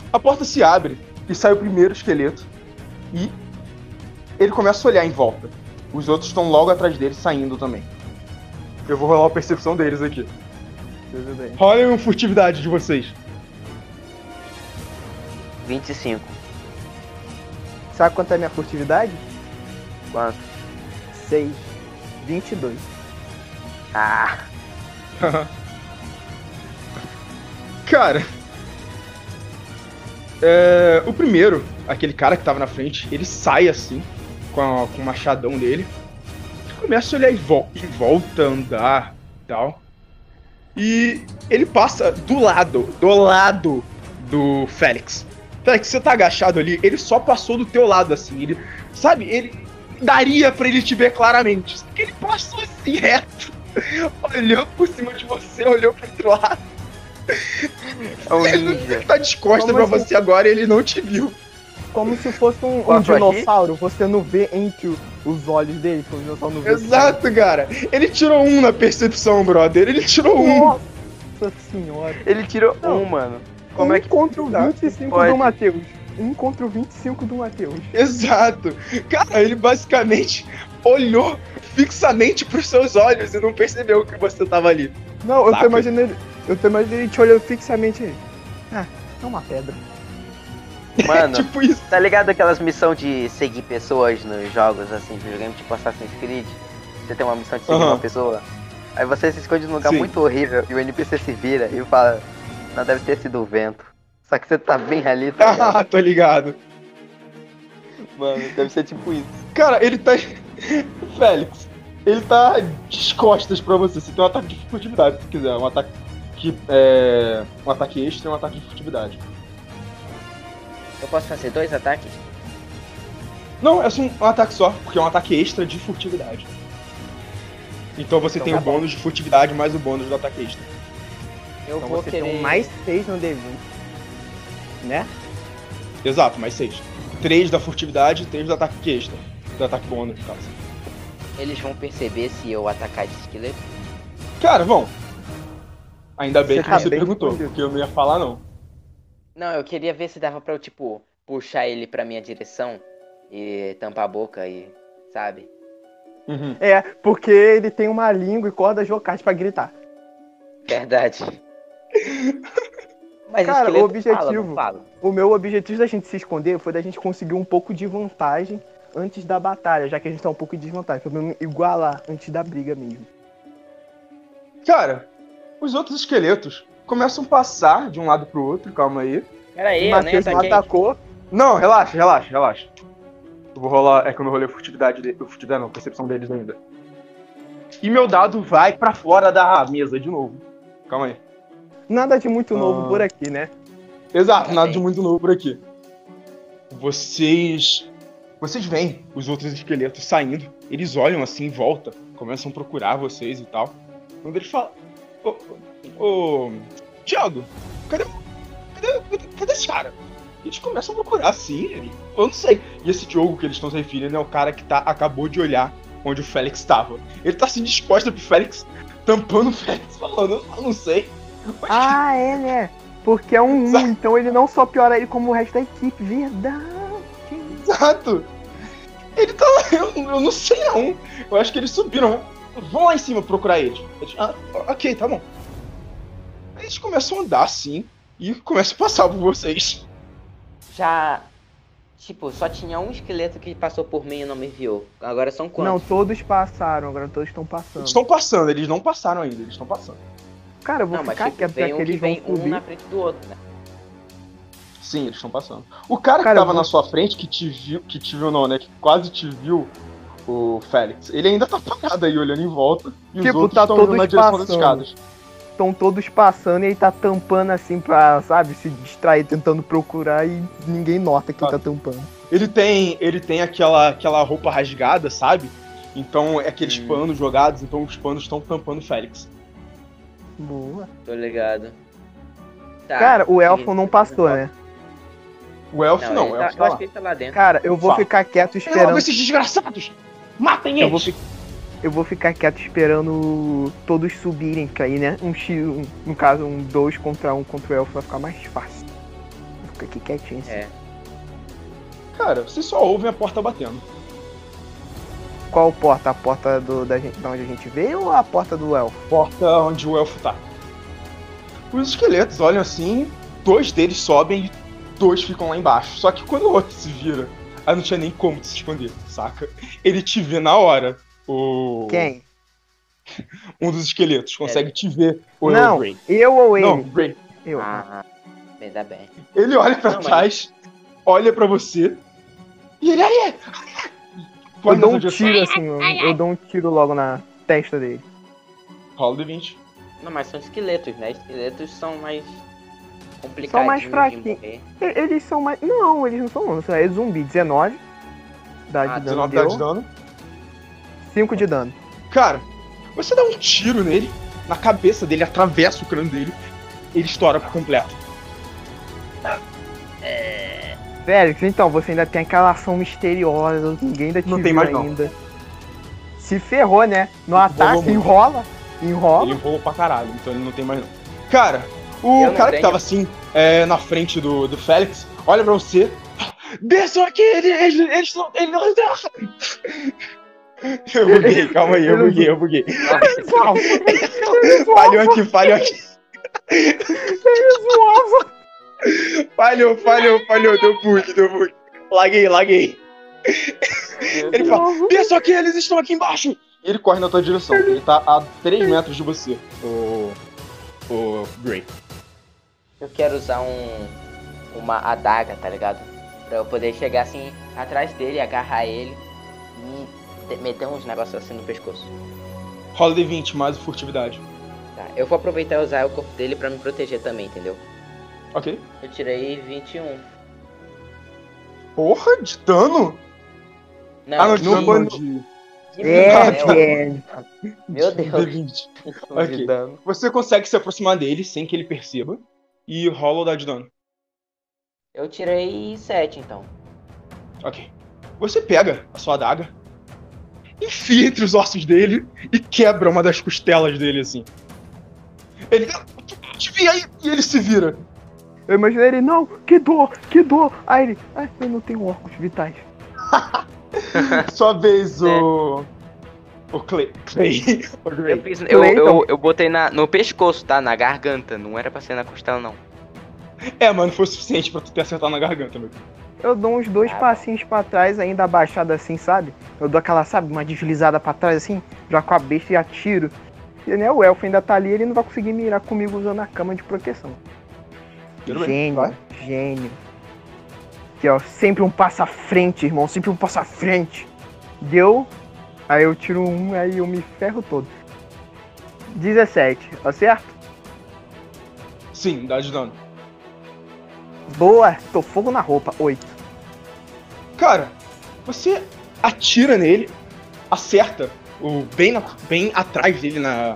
A porta se abre e sai o primeiro esqueleto. E ele começa a olhar em volta. Os outros estão logo atrás dele, saindo também. Eu vou rolar a percepção deles aqui. Tudo bem. Rolem uma furtividade de vocês. 25. Sabe quanto é a minha furtividade? Quanto? 6. 22. Ah, Cara, o primeiro, aquele cara que tava na frente, ele sai assim, com o machadão dele, começa a olhar em volta, andar e tal. E ele passa do lado do Félix. Félix, você tá agachado ali, ele só passou do teu lado assim, ele, sabe, ele daria pra ele te ver claramente, só que ele passou assim reto, olhou por cima de você, olhou pro outro lado. é um Ele ninja. tá de costas Como pra assim? você agora e ele não te viu. Como se fosse um Posso agir? dinossauro. Você não vê entre os olhos dele, que o dinossauro não vê. Exato, cara. Ele tirou um na percepção, brother. Ele tirou um. Nossa senhora. Ele tirou Não. um, mano. Como é que contra o dá? 25 Pode. do Matheus. 1 contra o 25 do Matheus. Exato. Cara, ele basicamente olhou fixamente pros seus olhos e não percebeu que você tava ali. Não, eu Saca? tô imaginando ele te olhando fixamente aí. Ah, é uma pedra. Mano, Tipo isso. tá ligado aquelas missões de seguir pessoas nos jogos, assim, de videogame, tipo Assassin's Creed? Você tem uma missão de seguir Aham. uma pessoa, aí você se esconde num lugar Sim. muito horrível e o NPC se vira e fala, não, deve ter sido o vento. Só que você tá bem ali, tá ligado? Ah, tô ligado. Mano, deve ser tipo isso. Cara, ele tá. Félix, ele tá de costas pra você. Você tem um ataque de furtividade, se quiser. Um ataque um ataque extra e um ataque de furtividade. Eu posso fazer 2 ataques? Não, é só um ataque só, porque é um ataque extra de furtividade. Então você Então tem tá o bom. bônus de furtividade mais o bônus do ataque extra. Eu Então vou você querer... tem um mais 6 no D20. Né? Exato, mais 6. 3 da furtividade e 3 do ataque extra. Do ataque bônus, no caso. Eles vão perceber se eu atacar esse esqueleto? Cara, vão. Ainda bem Você que tá você bem perguntou, escondido. porque eu não ia falar não. Não, eu queria ver se dava pra eu, tipo, puxar ele pra minha direção e tampar a boca e... sabe? Uhum. É, porque ele tem uma língua e cordas vocais pra gritar. Verdade. Mas Cara, esqueleto o objetivo- fala, não fala? O meu objetivo da gente se esconder foi da gente conseguir um pouco de vantagem antes da batalha, já que a gente tá um pouco de desvantagem, pra não igualar antes da briga mesmo. Cara, os outros esqueletos começam a passar de um lado pro outro, calma aí. Pera aí, O eu nem Matheus não ataquei. atacou. Não, relaxa. Eu vou rolar, é que eu não rolei a furtividade furtividade não, percepção deles ainda. E meu dado vai pra fora da mesa de novo. Calma aí. Nada de muito novo por aqui, né? Exato, Tá nada bem. de muito novo por aqui. Vocês veem os outros esqueletos saindo, eles olham assim em volta, começam a procurar vocês e tal. Quando eles falam, ô, Thiago, cadê esse cara? Eles começam a procurar assim, eu não sei. E esse Diogo que eles estão se referindo é o cara que acabou de olhar onde o Félix estava. Ele tá assim de costas pro Félix, tampando o Félix, falando, eu não sei. Mas Ah, é, né? Porque é um 1, então ele não só piora ele como o resto da equipe. Verdade. exato. Ele tá lá, eu não sei não. Eu acho que eles subiram. Vão lá em cima procurar eles. Ok, tá bom. Aí eles começam a andar assim e começam a passar por vocês. Já... Tipo, só tinha um esqueleto que passou por mim e não me viu. Agora são quantos? Não, todos passaram, agora todos estão passando. Eles estão passando, eles não passaram ainda, eles estão passando. Cara, eu vou Não, mas ficar tipo, quieto, já vem que um que eles vão vem um subir. na frente do outro, né? Sim, eles estão passando. O cara que Cara, eu tava vou- na sua frente, que te viu não, né? Que quase te viu, o Félix, ele ainda tá parado aí olhando em volta. E os Tipo, outros tá estão indo todos na direção das passando. escadas. Estão todos passando e ele tá tampando assim pra, sabe, se distrair, tentando procurar e ninguém nota que ele tá tampando. Ele tem aquela roupa rasgada, sabe? Então é aqueles panos jogados, então os panos estão tampando o Félix. Boa. Tô ligado. Tá, Cara, o elfo seguinte, não passou, né? O elfo Não, não, ele o tá, elfo eu tá acho lá. que ele tá lá dentro. Cara, eu vou Fala. ficar quieto Pega logo esperando. esses desgraçados! Matem Eu vou, eles! eu vou ficar quieto esperando todos subirem, que aí, né? No caso, um 2 contra 1 contra o elfo vai ficar mais fácil. Fica aqui quietinho assim. É. Cara, vocês só ouvem a porta batendo. Qual porta? A porta da onde a gente veio ou a porta do elfo? Porta onde o elfo tá. Os esqueletos olham assim, 2 deles sobem e 2 ficam lá embaixo. Só que quando o outro se vira, aí não tinha nem como se esconder, saca? Ele te vê na hora. Quem? Um dos esqueletos consegue te ver. Ou Não, é o Grey? eu ou ele? Não, Grey. Eu. Ah, ainda bem. Ele olha pra Não, mas- trás, olha pra você, e ele aí! Eu dou um tiro assim, eu dou um tiro logo na testa dele. Rola D20. Não, mas são esqueletos, né? Esqueletos são mais complicados. São mais fraquinhos. Eles são mais. Não, eles não são não. É zumbi. 19. Dá de dano. 19 dá de dano. 5 de dano. Cara, você dá um tiro nele, na cabeça dele, atravessa o crânio dele, ele estoura por completo. Félix, então, você ainda tem aquela ação misteriosa, ninguém ainda te Não viu tem mais, não. ainda. Se ferrou, né? No ataque, muito. enrola. Ele Enrola. enrolou pra caralho, então ele não tem mais não. Cara, o Eu não cara que tenho. tava assim, na frente do Félix, olha pra você. Desçam aqui, eles não. Eu buguei, calma aí, eu buguei. Falhou aqui. Falhou, deu bug. Laguei. Ele fala, desçam aqui, eles estão aqui embaixo. E ele corre na tua direção, ele tá a 3 metros de você, o Grey. Eu quero usar uma adaga, tá ligado? Pra eu poder chegar assim atrás dele, agarrar ele e meter uns negócios assim no pescoço. Rola D20, mais o furtividade. Tá, eu vou aproveitar e usar o corpo dele pra me proteger também, entendeu? Ok. Eu tirei 21. Porra, de dano? Não, de não dano foi não, no- de É, tá. velho. Meu Deus. D20. Ok. De dano. Você consegue se aproximar dele sem que ele perceba. E rola o dado de dano. Eu tirei 7, então. Ok. Você pega a sua adaga, enfia entre os ossos dele e quebra uma das costelas dele, assim. Ele... Te vi aí! E ele se vira. Eu imaginei ele, não, que dor. Aí ele, eu não tenho órgãos vitais. Sua vez, o Clay. O Grey. Eu, fiz, Clayton. eu botei no pescoço, tá? Na garganta. Não era pra ser na costela, não. Mano, foi o suficiente pra tu ter acertado na garganta, meu. Eu dou uns 2 passinhos pra trás, ainda abaixado assim, sabe? Eu dou aquela, sabe, uma deslizada pra trás assim, já com a besta e atiro. E né, o elfo ainda tá ali, ele não vai conseguir mirar comigo usando a cama de proteção. Tudo bem, vai. Gênio. Aqui, ó, sempre um passo à frente, irmão, sempre um passo à frente. Deu, aí eu tiro um, aí eu me ferro todo. 17, acerto? Sim, dá de dano. Boa, tô fogo na roupa, 8. Cara, você atira nele, acerta bem atrás dele na...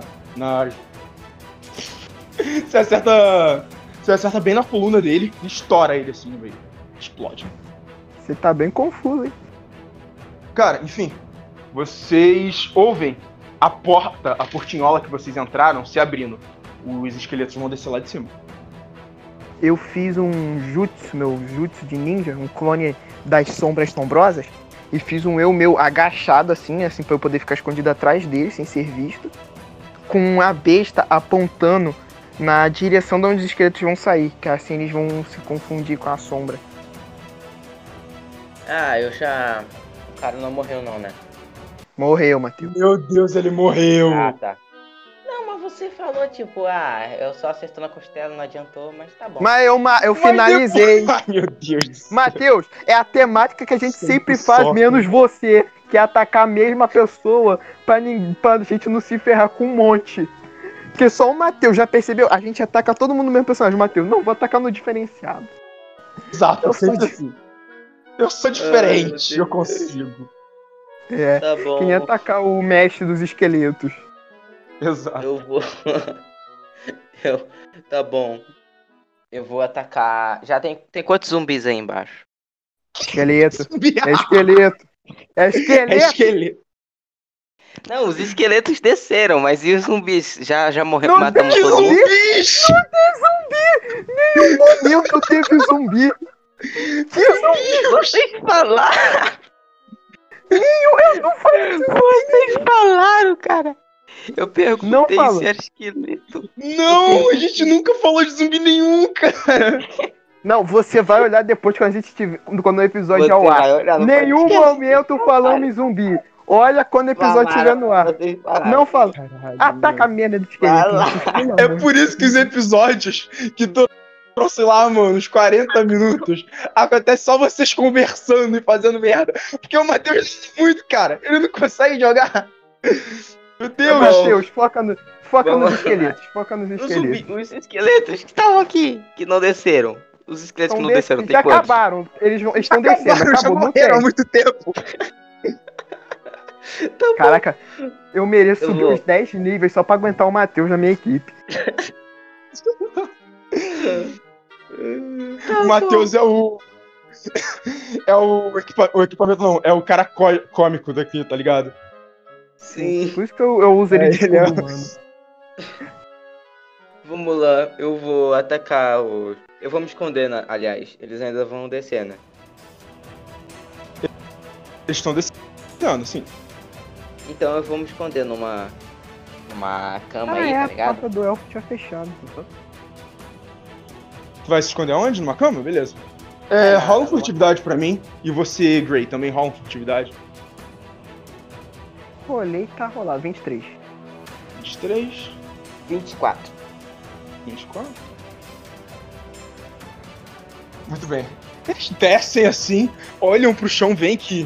Você acerta bem na coluna dele e estoura ele assim no meio. Explode. Você tá bem confuso, hein? Cara, enfim, vocês ouvem a portinhola que vocês entraram se abrindo. Os esqueletos vão descer lá de cima. Eu fiz um jutsu, meu jutsu de ninja, um clone das sombras sombrosas, e fiz um meu agachado assim pra eu poder ficar escondido atrás dele, sem ser visto, com a besta apontando na direção de onde os esqueletos vão sair, que assim eles vão se confundir com a sombra. Ah, eu já... O cara não morreu não, né? Morreu, Matheus. Meu Deus, ele morreu! Ah, tá. Não, mas você falou, tipo, eu só acertou na costela, não adiantou, mas tá bom. Mas eu finalizei. Ai, meu Deus do céu. Matheus, é a temática que a gente sempre Sempre faz, sofre. menos você, que é atacar a mesma pessoa pra gente não se ferrar com um monte. Porque só o Matheus, já percebeu? A gente ataca todo mundo no mesmo personagem. Matheus, não, vou atacar no diferenciado. Exato, Eu sou sempre assim. Eu sou diferente, eu consigo. É, Tá bom. quem ia atacar o mestre dos esqueletos? Exato. Eu vou... Tá bom. Eu vou atacar... Já tem quantos zumbis aí embaixo? Esqueleto. É esqueleto. É É esqueleto. esqueleto. Não, os esqueletos desceram, mas e os zumbis? Já morreu, Não matamos tem todo mundo? zumbi! Bicho! Nem momento teve zumbi. Vocês falaram! Eu não falei isso. Vocês falaram, cara! Eu Não perguntei fala. se era esqueleto. Não, a gente nunca falou de zumbi nenhum, cara. Não, você vai olhar depois quando a gente tiver. Quando o episódio Você é ao ar. vai olhar no Nenhum podcast. momento falamos em zumbi. Olha quando o episódio estiver no ar. Vocês falaram. Não fala. Caralho, Ataca a merda do esqueleto. Fala. É por isso que os episódios que duram, sei lá, mano, uns 40 minutos, acontece só vocês conversando e fazendo merda. Porque o Matheus muito, cara. Ele não consegue jogar. Meu Deus. Matheus, foca nos Vamos. esqueletos. Foca nos Os esqueletos. zumbi, os esqueletos que estavam aqui, que não desceram. Os esqueletos que não desceram, tem já quantos? acabaram. Eles estão descendo. Acabaram, já Acabou, não morreram há tem. muito tempo. Tá bom. Caraca, eu mereço Eu subir vou. uns 10 níveis só pra aguentar o Matheus na minha equipe. O Matheus é o. É o equipamento, não. É o cara cômico daqui, tá ligado? Sim. Por isso que eu uso ele de Ele é- escudo, mano. Vamos lá, eu vou atacar os. Eu vou me esconder, aliás. Eles ainda vão descer, né? Eles estão descendo, sim. Então eu vou me esconder numa cama aí, é, tá a ligado? porta do elfo tinha fechado. Tu vai se esconder onde? Numa cama? Beleza. Rola uma furtividade pra mim. E você, Gray, também rola uma furtividade. Rolei, tá rolado. 23. 23, 24. 24. Muito bem. Eles descem assim, olham pro chão, veem que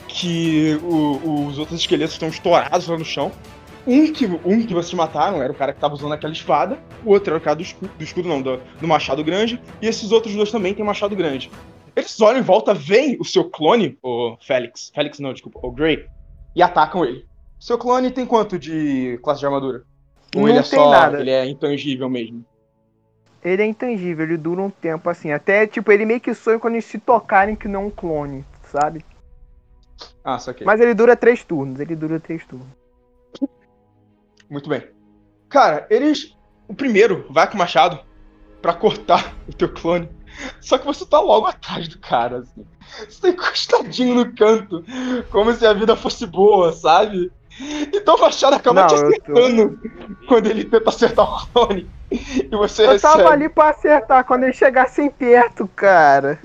os outros esqueletos estão estourados lá no chão. Um que vocês mataram era o cara que tava usando aquela espada, o outro era o cara do escudo não, do machado grande, e esses outros dois também têm machado grande. Eles olham em volta, veem o seu clone, o Félix não, desculpa, o Gray, e atacam ele. Seu clone tem quanto de classe de armadura? Ou Não ele é tem só, nada. ele é intangível mesmo? Ele é intangível, ele dura um tempo assim. Até, tipo, ele meio que sonha quando eles se tocarem que não é um clone, sabe? Ah, saquei. Mas ele dura 3 turnos. Muito bem. Cara, o primeiro vai com o machado pra cortar o teu clone. Só que você tá logo atrás do cara, assim. Você tá encostadinho no canto, como se a vida fosse boa, sabe? Então o machado acaba Não, te eu tô- acertando quando ele tenta acertar o clone. E você Eu tava recebe. ali pra acertar quando ele chegasse perto, cara.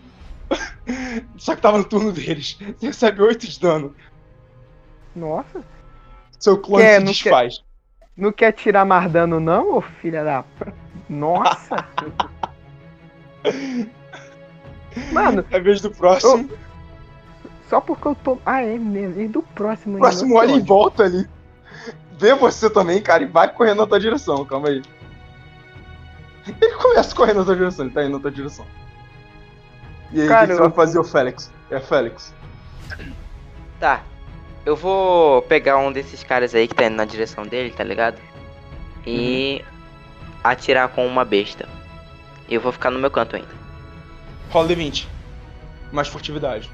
Só que tava no turno deles. Você recebe 8 de dano. Nossa. Seu clone Quer, se não desfaz. Não quer tirar mais dano, não, ô filha da. Nossa! Mano, É vez do próximo. só porque eu tô. Ah, é mesmo. E do próximo O próximo olha em volta ali. Vê você também, cara, e vai correndo na tua direção. Calma aí. Ele começa correndo na tua direção, ele tá indo na tua direção. E aí, Cara, o que você vai fazer, o Félix? É Félix. Tá. Eu vou pegar um desses caras aí que tá indo na direção dele, tá ligado? E atirar com uma besta. E eu vou ficar no meu canto ainda. Rola D20. Mais furtividade.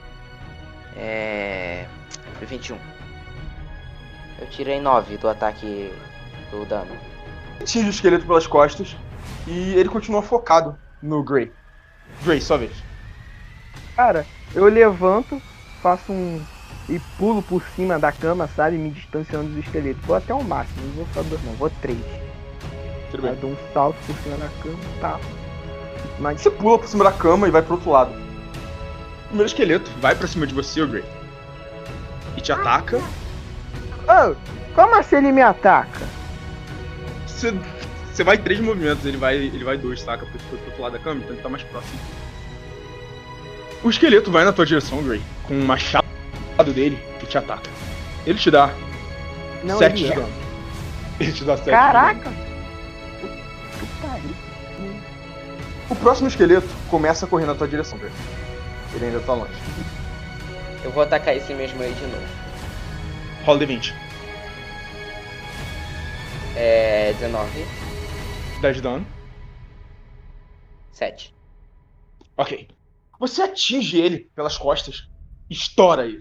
21. Eu tirei 9 do ataque do dano. Atinge o esqueleto pelas costas. E ele continua focado no Gray. Gray, sua vez. Cara, eu levanto, faço um. E pulo por cima da cama, sabe? Me distanciando dos esqueletos. Vou até o máximo, não vou só 2, não, vou 3. Tudo Aí bem. dou um salto por cima da cama, tá. Mas. Você pula por cima da cama e vai pro outro lado. O primeiro esqueleto vai pra cima de você, o Gray. E te ataca. Ô, como assim ele me ataca? Você vai 3 movimentos, ele vai 2, saca? Porque tu foi pro outro lado da cama, então ele tá mais próximo. O esqueleto vai na tua direção, Gray, com um machado dele e te ataca. Ele te dá Não, 7 ele de é. dano. Ele te dá 7 Caraca! de Que pariu. dano. O próximo esqueleto começa a correr na tua direção, Gray. Ele ainda tá longe. Eu vou atacar esse mesmo aí de novo. Rola D20. 19. 10 de dano. 7. Ok. Você atinge ele pelas costas. Estoura ele.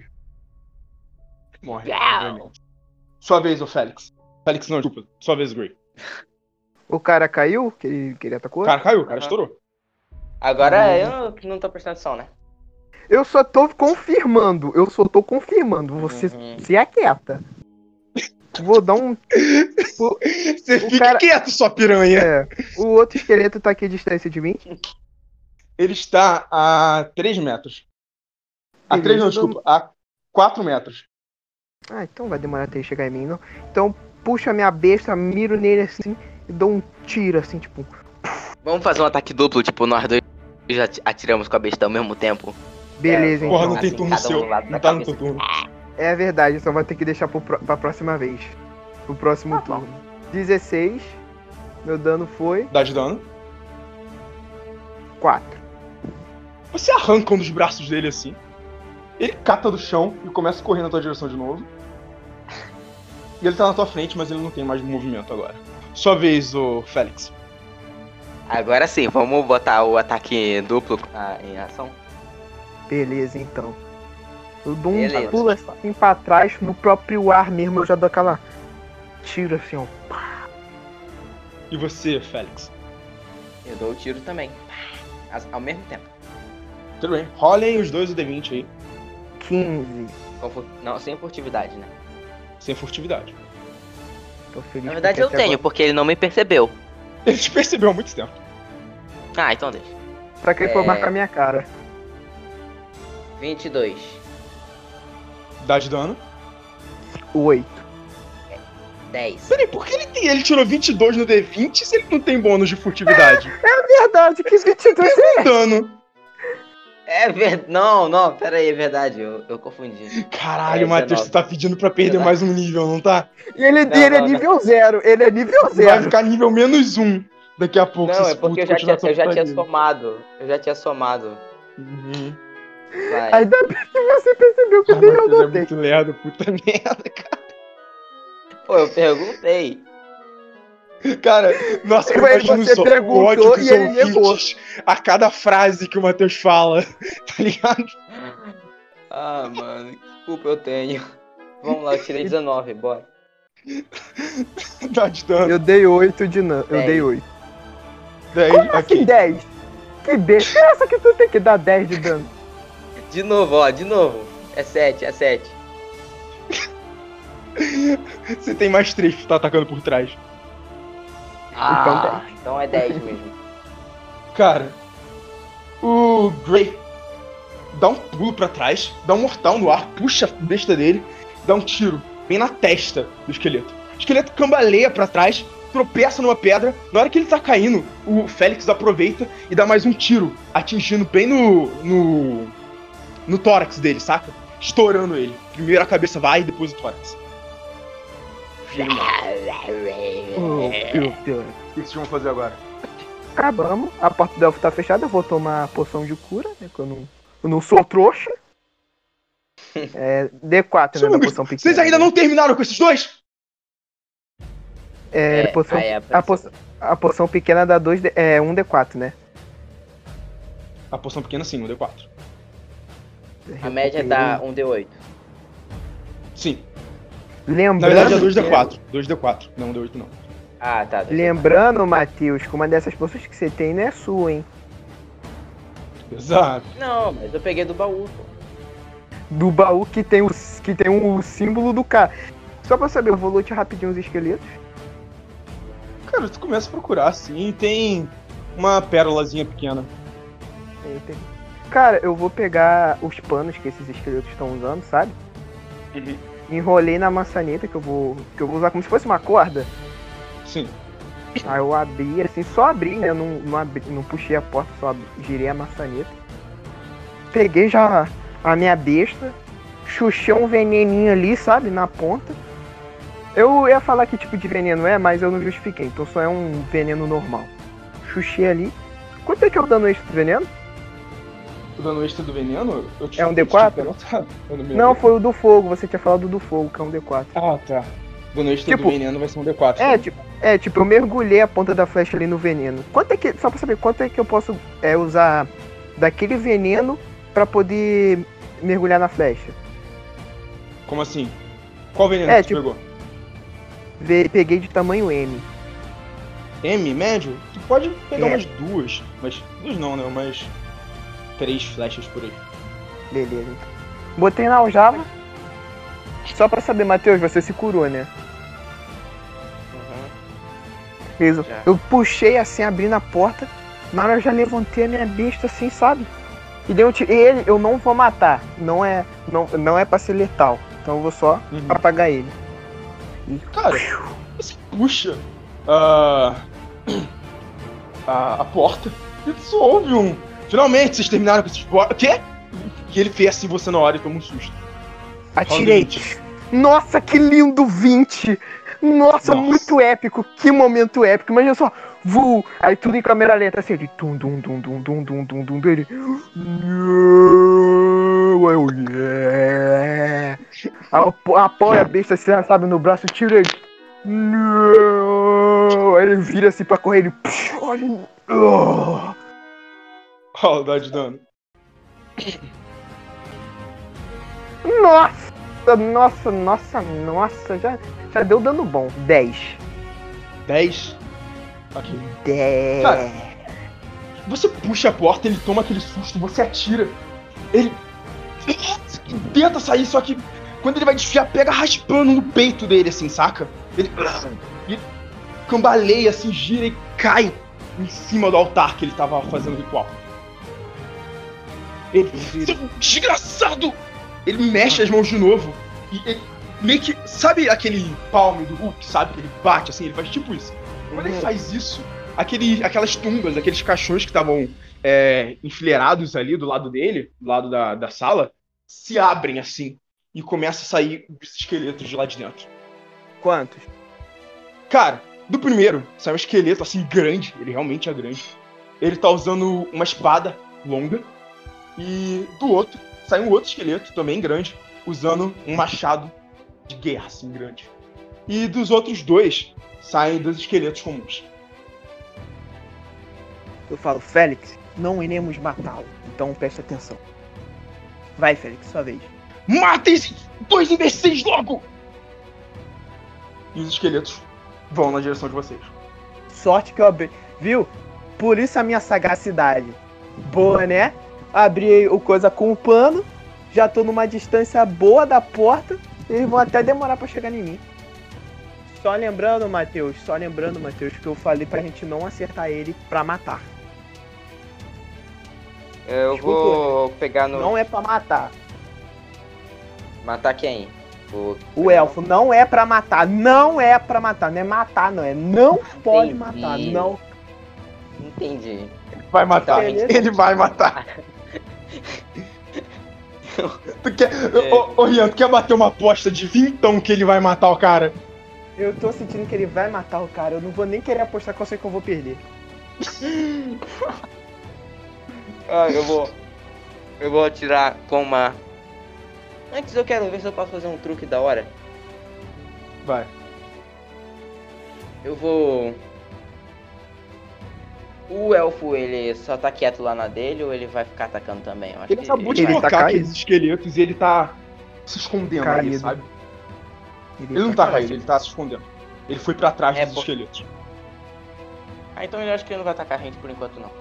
Morre. Uau. obviamente. Sua vez, ô Félix. Félix não, desculpa. Sua vez, Gray. O cara caiu, que ele atacou? O cara caiu, o cara Aham. estourou. Agora eu não tô prestando atenção, né? Eu só tô confirmando. Você Uhum. se aquieta. Vou dar um. Você O fica cara- quieto, sua piranha. É. O outro esqueleto tá aqui a distância de mim. Ele está a 3 metros. A 3 não, Beleza, desculpa. A 4 metros. Ah, então vai demorar até ele chegar em mim, não. Então puxo a minha besta, miro nele assim e dou um tiro assim, tipo. Vamos fazer um ataque duplo, tipo, nós dois já atiramos com a besta ao mesmo tempo. Beleza, É, Porra, então. não tem assim, turno cada um seu. do lado da Não tá no cabeça. teu turno. É verdade, só vai ter que deixar pra próxima vez. Pro próximo Tá bom. turno. 16. Meu dano foi Dá de dano. 4. Você arranca um dos braços dele assim. Ele cata do chão e começa a correr na tua direção de novo. E ele tá na tua frente, mas ele não tem mais movimento agora. Sua vez, ô Félix. Agora sim, vamos botar o ataque duplo em ação. Beleza, então. Eu dou um Beleza. pulo assim pra trás, no próprio ar mesmo, eu já dou aquela tiro assim, ó. E você, Félix? Eu dou o tiro também. Ao mesmo tempo. Tudo bem. Rolem os dois o D20 aí, 15. Não, sem furtividade, né? sem furtividade. Tô feliz. Na verdade porque eu até tenho, agora- porque ele não me percebeu. Ele te percebeu há muito tempo. Ah, então deixa. Só que ele foi É. marcar minha cara. 22. Dá de dano. 8. 10. Peraí, por que ele tirou 22 no D20 se ele não tem bônus de furtividade? Verdade, que 22 é. Dano. É verdade. Não, pera aí, é verdade. Eu confundi. Caralho, É, Matheus, 19. tu tá pedindo pra perder mais um nível, não tá? E ele Não, é não. nível 0. Ele é nível Vai 0. ficar nível -1 daqui a pouco. Não, se é porque tu eu já continuar tinha essa somado. Eu já tinha somado. Uhum. Vai. Ainda bem que você percebeu que Ah, eu nem Matheus, é notei. muito lerdo, puta merda, Pô, eu perguntei. cara. Nossa, eu Mas imagino você só o perguntou ódio que os e ele negou. ouvintes a cada frase que o Matheus fala, tá ligado? Ah, mano, que culpa eu tenho. Vamos lá, eu tirei 19, bora. Dá de dano. Eu dei 8 de dano. Eu 10. dei 8. 10, Como assim ok. 10? Que besta. Essa que tu tem que dar 10 de dano. De novo, ó, de novo. É 7, é 7. Você tem mais 3 que tu tá atacando por trás. Ah, então é 10 mesmo. Cara, o Gray dá um pulo pra trás, dá um mortal no ar, puxa a besta dele, dá um tiro bem na testa do esqueleto. O esqueleto cambaleia pra trás, tropeça numa pedra. Na hora que ele tá caindo, o Félix aproveita e dá mais um tiro, atingindo bem no tórax dele, saca? Estourando ele. Primeiro a cabeça vai, depois o tórax. Ele morre. Oh, meu Deus. O que vocês vão fazer agora? Acabamos. A porta do elfo tá fechada. Eu vou tomar a poção de cura, né? Que eu não sou trouxa. É D4, né? Da poção pequena. Vocês ainda não terminaram com esses dois? É, poção, aí a poção pequena dá 1 D4, né? A poção pequena sim, no D4. A média dá 1d8. Sim. Lembrando, Na verdade é 2D4. 2D4, não 1D8 não. Ah, tá. Lembrando, Matheus, que uma dessas poções que você tem não é sua, hein? Exato. Não, mas eu peguei do baú, pô. Do baú que tem o símbolo do cara. Só pra saber, eu vou lutear rapidinho os esqueletos. Cara, tu começa a procurar assim e tem uma pérolazinha pequena. Cara, eu vou pegar os panos que esses esqueletos estão usando, sabe? Uhum. Enrolei na maçaneta que eu vou usar como se fosse uma corda. Sim. Aí eu abri, assim, só abri, né? Eu não puxei a porta, só girei a maçaneta. Peguei já a minha besta, chuchei um veneninho ali, sabe? Na ponta. Eu ia falar que tipo de veneno é, mas eu não justifiquei, então só é um veneno normal. Chuchei ali. Quanto é que é o dano extra do veneno? O dano extra do veneno? Eu É um tinha D4? anotado. Eu me Não, lembro. foi o do fogo, você tinha falado do fogo, que é um D4. Ah, tá. O dano extra Tipo, do veneno vai ser um D4. Tipo, eu mergulhei a ponta da flecha ali no veneno. Quanto é que, só pra saber, quanto é que eu posso usar daquele veneno pra poder mergulhar na flecha? Como assim? Qual veneno É, que tu tipo- pegou? Peguei de tamanho M. M, médio, tu pode pegar É. umas duas. Mas duas não, né? Umas 3 flechas por aí. Beleza, então. Botei na aljava. Só pra saber, Matheus, você se curou, né? Uhum. Beleza. Já. Eu puxei assim, abrindo a porta. Na hora eu já levantei a minha besta assim, sabe? E dei um tiro. Ele eu não vou matar. Não é pra ser letal. Então eu vou só apagar ele. Cara, você puxa a porta e só ouve um. Finalmente, vocês terminaram com esses O quê? E ele fez assim você na hora e toma um susto. Atirei. Rola 20. Nossa, que lindo 20! Nossa, muito épico. Que momento épico. Imagina só. Voo. Aí tudo em câmera lenta assim. Ele tum dum dum dum dum dum dum dum dele. Não, eu yeah. Apoia a besta assim, sabe, no braço, tira ele. Não. Aí ele vira assim pra correr, ele. Olha. Rola dá de dano. Nossa, já deu dano bom. 10. 10. Ok. 10. Cara, você puxa a porta, ele toma aquele susto, você atira. Ele tenta sair, só que quando ele vai desfiar, pega raspando no peito dele, assim, saca? Ele cambaleia, assim, gira e cai em cima do altar que ele tava fazendo o ritual. Ele, seu desgraçado! Ele mexe as mãos de novo e ele meio que, sabe aquele palme do Hulk, sabe? Que ele bate assim, ele faz tipo isso. Quando ele faz isso, aquelas tumbas, aqueles caixões que estavam enfileirados ali do lado dele, do lado da sala, se abrem assim e começa a sair os esqueletos de lá de dentro. Quantos? Cara, do primeiro sai um esqueleto assim grande, ele realmente é grande. Ele tá usando uma espada longa. E do outro sai um outro esqueleto também grande, usando um machado de guerra assim grande. E dos outros dois saem 2 esqueletos comuns. Eu falo, Félix, não iremos matá-lo. Então preste atenção. Vai, Félix, sua vez. Matem esses 2 imbecis logo! E os esqueletos vão na direção de vocês. Sorte que eu abri. Viu? Por isso a minha sagacidade. Boa, né? Abri o coisa com o pano. Já tô numa distância boa da porta. Eles vão até demorar pra chegar em mim. Só lembrando, Matheus, que eu falei pra gente não acertar ele pra matar. Eu Desculpa, vou pegar no. Não é pra matar. Matar quem? O elfo não é pra matar. Não é pra matar. Não é matar, não. É não pode Entendi. matar. Não. Entendi. Vai matar, Beleza. ele vai matar. Tu quer... Ô, Rian, tu quer bater uma aposta de vintão que ele vai matar o cara? Eu tô sentindo que ele vai matar o cara. Eu não vou nem querer apostar que eu sei que eu vou perder. Eu vou atirar com uma. Antes eu quero ver se eu posso fazer um truque da hora. Vai. Eu vou. O elfo, ele só tá quieto lá na dele ou ele vai ficar atacando também? Eu acho Ele que acabou de ele tá tocar caído. aqueles esqueletos e ele tá se escondendo ali, Caído. sabe? Ele não tá caído, ele tá se escondendo. Ele foi pra trás dos esqueletos. Ah, então eu acho que ele não vai atacar a gente por enquanto não.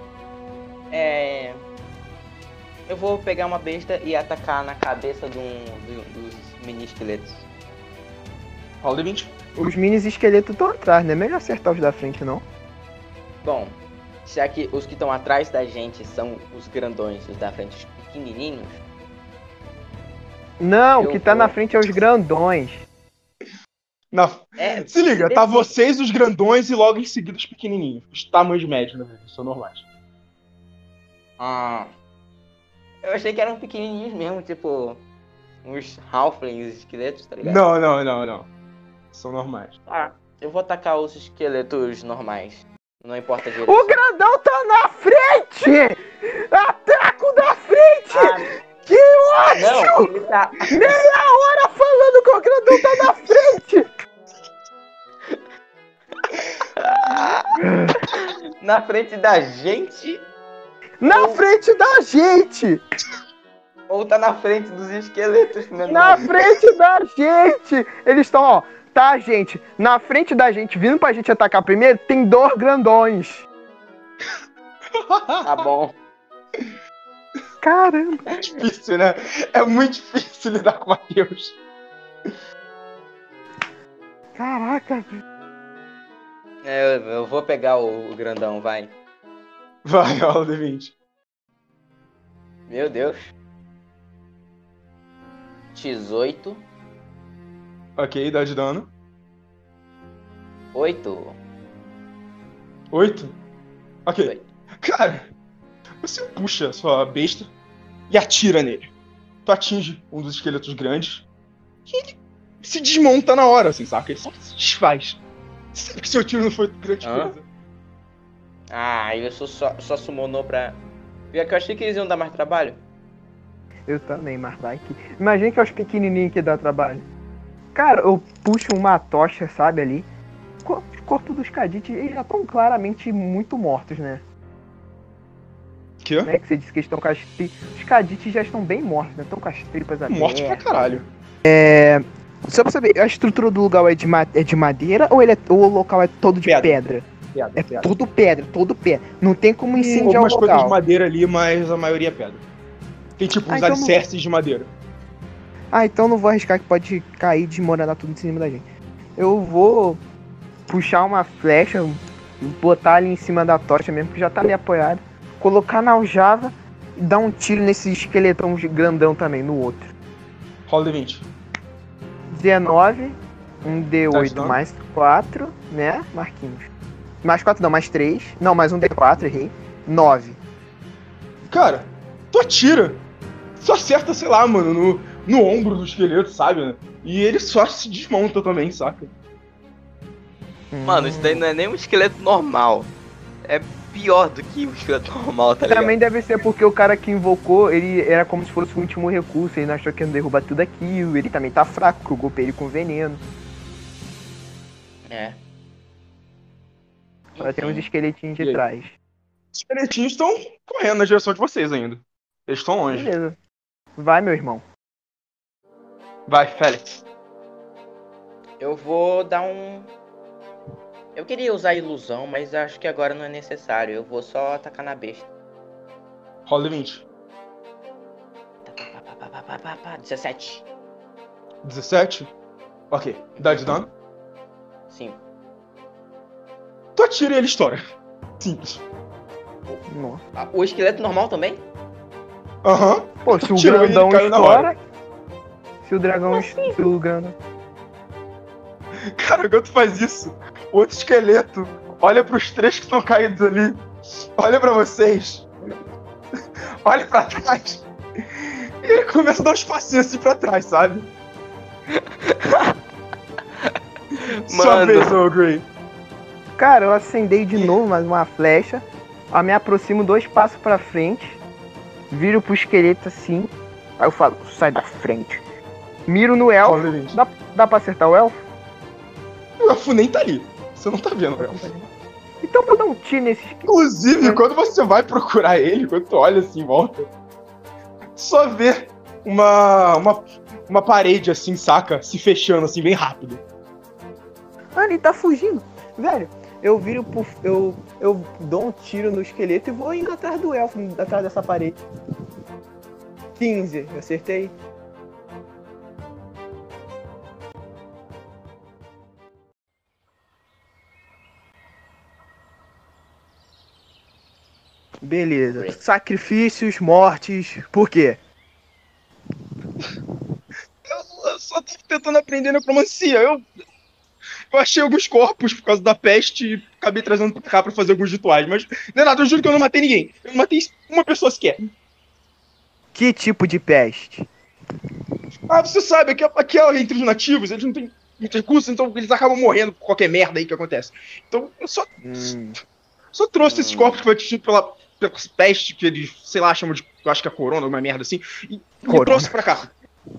Eu vou pegar uma besta e atacar na cabeça dos mini esqueletos. Rola D20. Os minis esqueletos estão atrás, né? Melhor acertar os da frente, não? Bom, já que os que estão atrás da gente são os grandões, os da frente os pequenininhos. Não, o Eu que tá vou- na frente é os grandões. Se liga, tá vocês, os grandões, e logo em seguida os pequenininhos. Os tamanhos médios, né? São normais. Eu achei que eram pequenininhos mesmo, tipo uns halflings esqueletos, tá ligado? Não. São normais. Ah, eu vou atacar os esqueletos normais. Não importa a direção. O grandão tá na frente! Ataco da frente! Que ódio! Não, ele tá. Meia hora falando que o grandão tá na frente! Na frente da gente Na frente da gente! ou tá na frente dos esqueletos menores? Na frente da gente! Eles estão, ó, Tá, gente, na frente da gente, vindo pra gente atacar primeiro, tem 2 grandões. Tá bom. Caramba. É difícil, né? É muito difícil lidar com o Matheus. Caraca. Eu vou pegar o grandão, vai. Vai, rola o D20. Meu Deus. 18. Ok, dá de dano. 8. 8. Ok. Oito. Cara, você puxa a sua besta e atira nele. Tu atinge um dos esqueletos grandes e ele se desmonta na hora, assim, saca? Ele só se desfaz. Você sabe que seu tiro não foi grande Hã? coisa. Ah, eu só summonou pra... Pior que eu achei que eles iam dar mais trabalho. Eu também, mas vai que... Imagina que é os pequenininhos que dá trabalho. Cara, eu puxo uma tocha, sabe, ali. Os corpos dos Khajiit, eles já estão claramente muito mortos, né? Que? Né? Que você disse que eles estão com as tripas. Os Khajiit já estão bem mortos, né? Estão com as tripas abertas. Morte pra caralho. Só pra saber, a estrutura do lugar é de madeira ou, ou o local é todo de pedra? É todo pedra. Não tem como Tem incendiar o algumas coisas de local. madeira ali, mas a maioria é pedra. Tem tipo uns então alicerces de madeira. Então não vou arriscar que pode cair e desmoronar tudo em cima da gente. Eu vou puxar uma flecha, botar ali em cima da tocha mesmo, que já tá meio apoiado. Colocar na aljava e dar um tiro nesse esqueletão grandão também, no outro. Rola D20. 19, um D8 Tá, mais 4, né, Marquinhos? Mais 4 não, mais 3. Não, mais um D4, errei. 9. Cara, tu atira. Só acerta, sei lá, mano, no ombro do esqueleto, sabe? E ele só se desmonta também, saca? Mano, isso daí não é nem um esqueleto normal. É pior do que um esqueleto normal, tá ligado? Também deve ser porque o cara que invocou, ele era como se fosse o último recurso, ele não achou que ia derrubar tudo aquilo, ele também tá fraco, porque eu golpeei ele com veneno. É. Agora tem uns Enfim. esqueletinhos E de aí? trás. Os esqueletinhos estão correndo na direção de vocês ainda. Eles estão longe. Beleza. Vai, meu irmão. Vai, Félix. Eu vou dar um... Eu queria usar ilusão, mas acho que agora não é necessário. Eu vou só atacar na besta. Rola D20. 17. 17? Ok. Dá de dano. 5. Tu atira e ele estoura. Simples. Nossa. O esqueleto normal também? Aham. Pô, se o Tirou e grandão ele caiu na hora. estoura... Se o dragão... Se o grandão... Cara, quando tu faz isso, o outro esqueleto olha pros 3 que estão caídos ali. Olha pra vocês. Olha pra trás. E ele começa a dar uns passinhos assim pra trás, sabe? Sua Mano. vez, ô Grey. Cara, eu acendei de novo mais uma flecha. Me aproximo 2 passos pra frente. Viro pro esqueleto assim. Aí eu falo, sai da frente. Miro no elfo. Rola D20. Dá pra acertar o elfo? O elfo nem tá ali. Você não tá vendo o elfo. Então eu vou dar um tiro nesse esqueleto. Inclusive, quando você vai procurar ele, quando tu olha assim em volta, tu só vê uma parede assim, saca? Se fechando assim, bem rápido. Ele tá fugindo. Velho, eu viro pro... Eu dou um tiro no esqueleto e vou indo atrás do elfo, atrás dessa parede. 15, eu acertei. Beleza. Sacrifícios, mortes. Por quê? Eu só tô tentando aprender necromancia. Eu achei alguns corpos por causa da peste e acabei trazendo pra cá pra fazer alguns rituais. Mas, não é nada, eu juro que eu não matei ninguém. Eu não matei uma pessoa sequer. Que tipo de peste? Ah, você sabe, aqui é entre os nativos, eles não têm muitos recursos, então eles acabam morrendo por qualquer merda aí que acontece. Então eu só trouxe esses corpos que foi atingido pela peste, que eles, sei lá, chamam de, eu acho que é corona, alguma merda assim, e trouxe pra cá.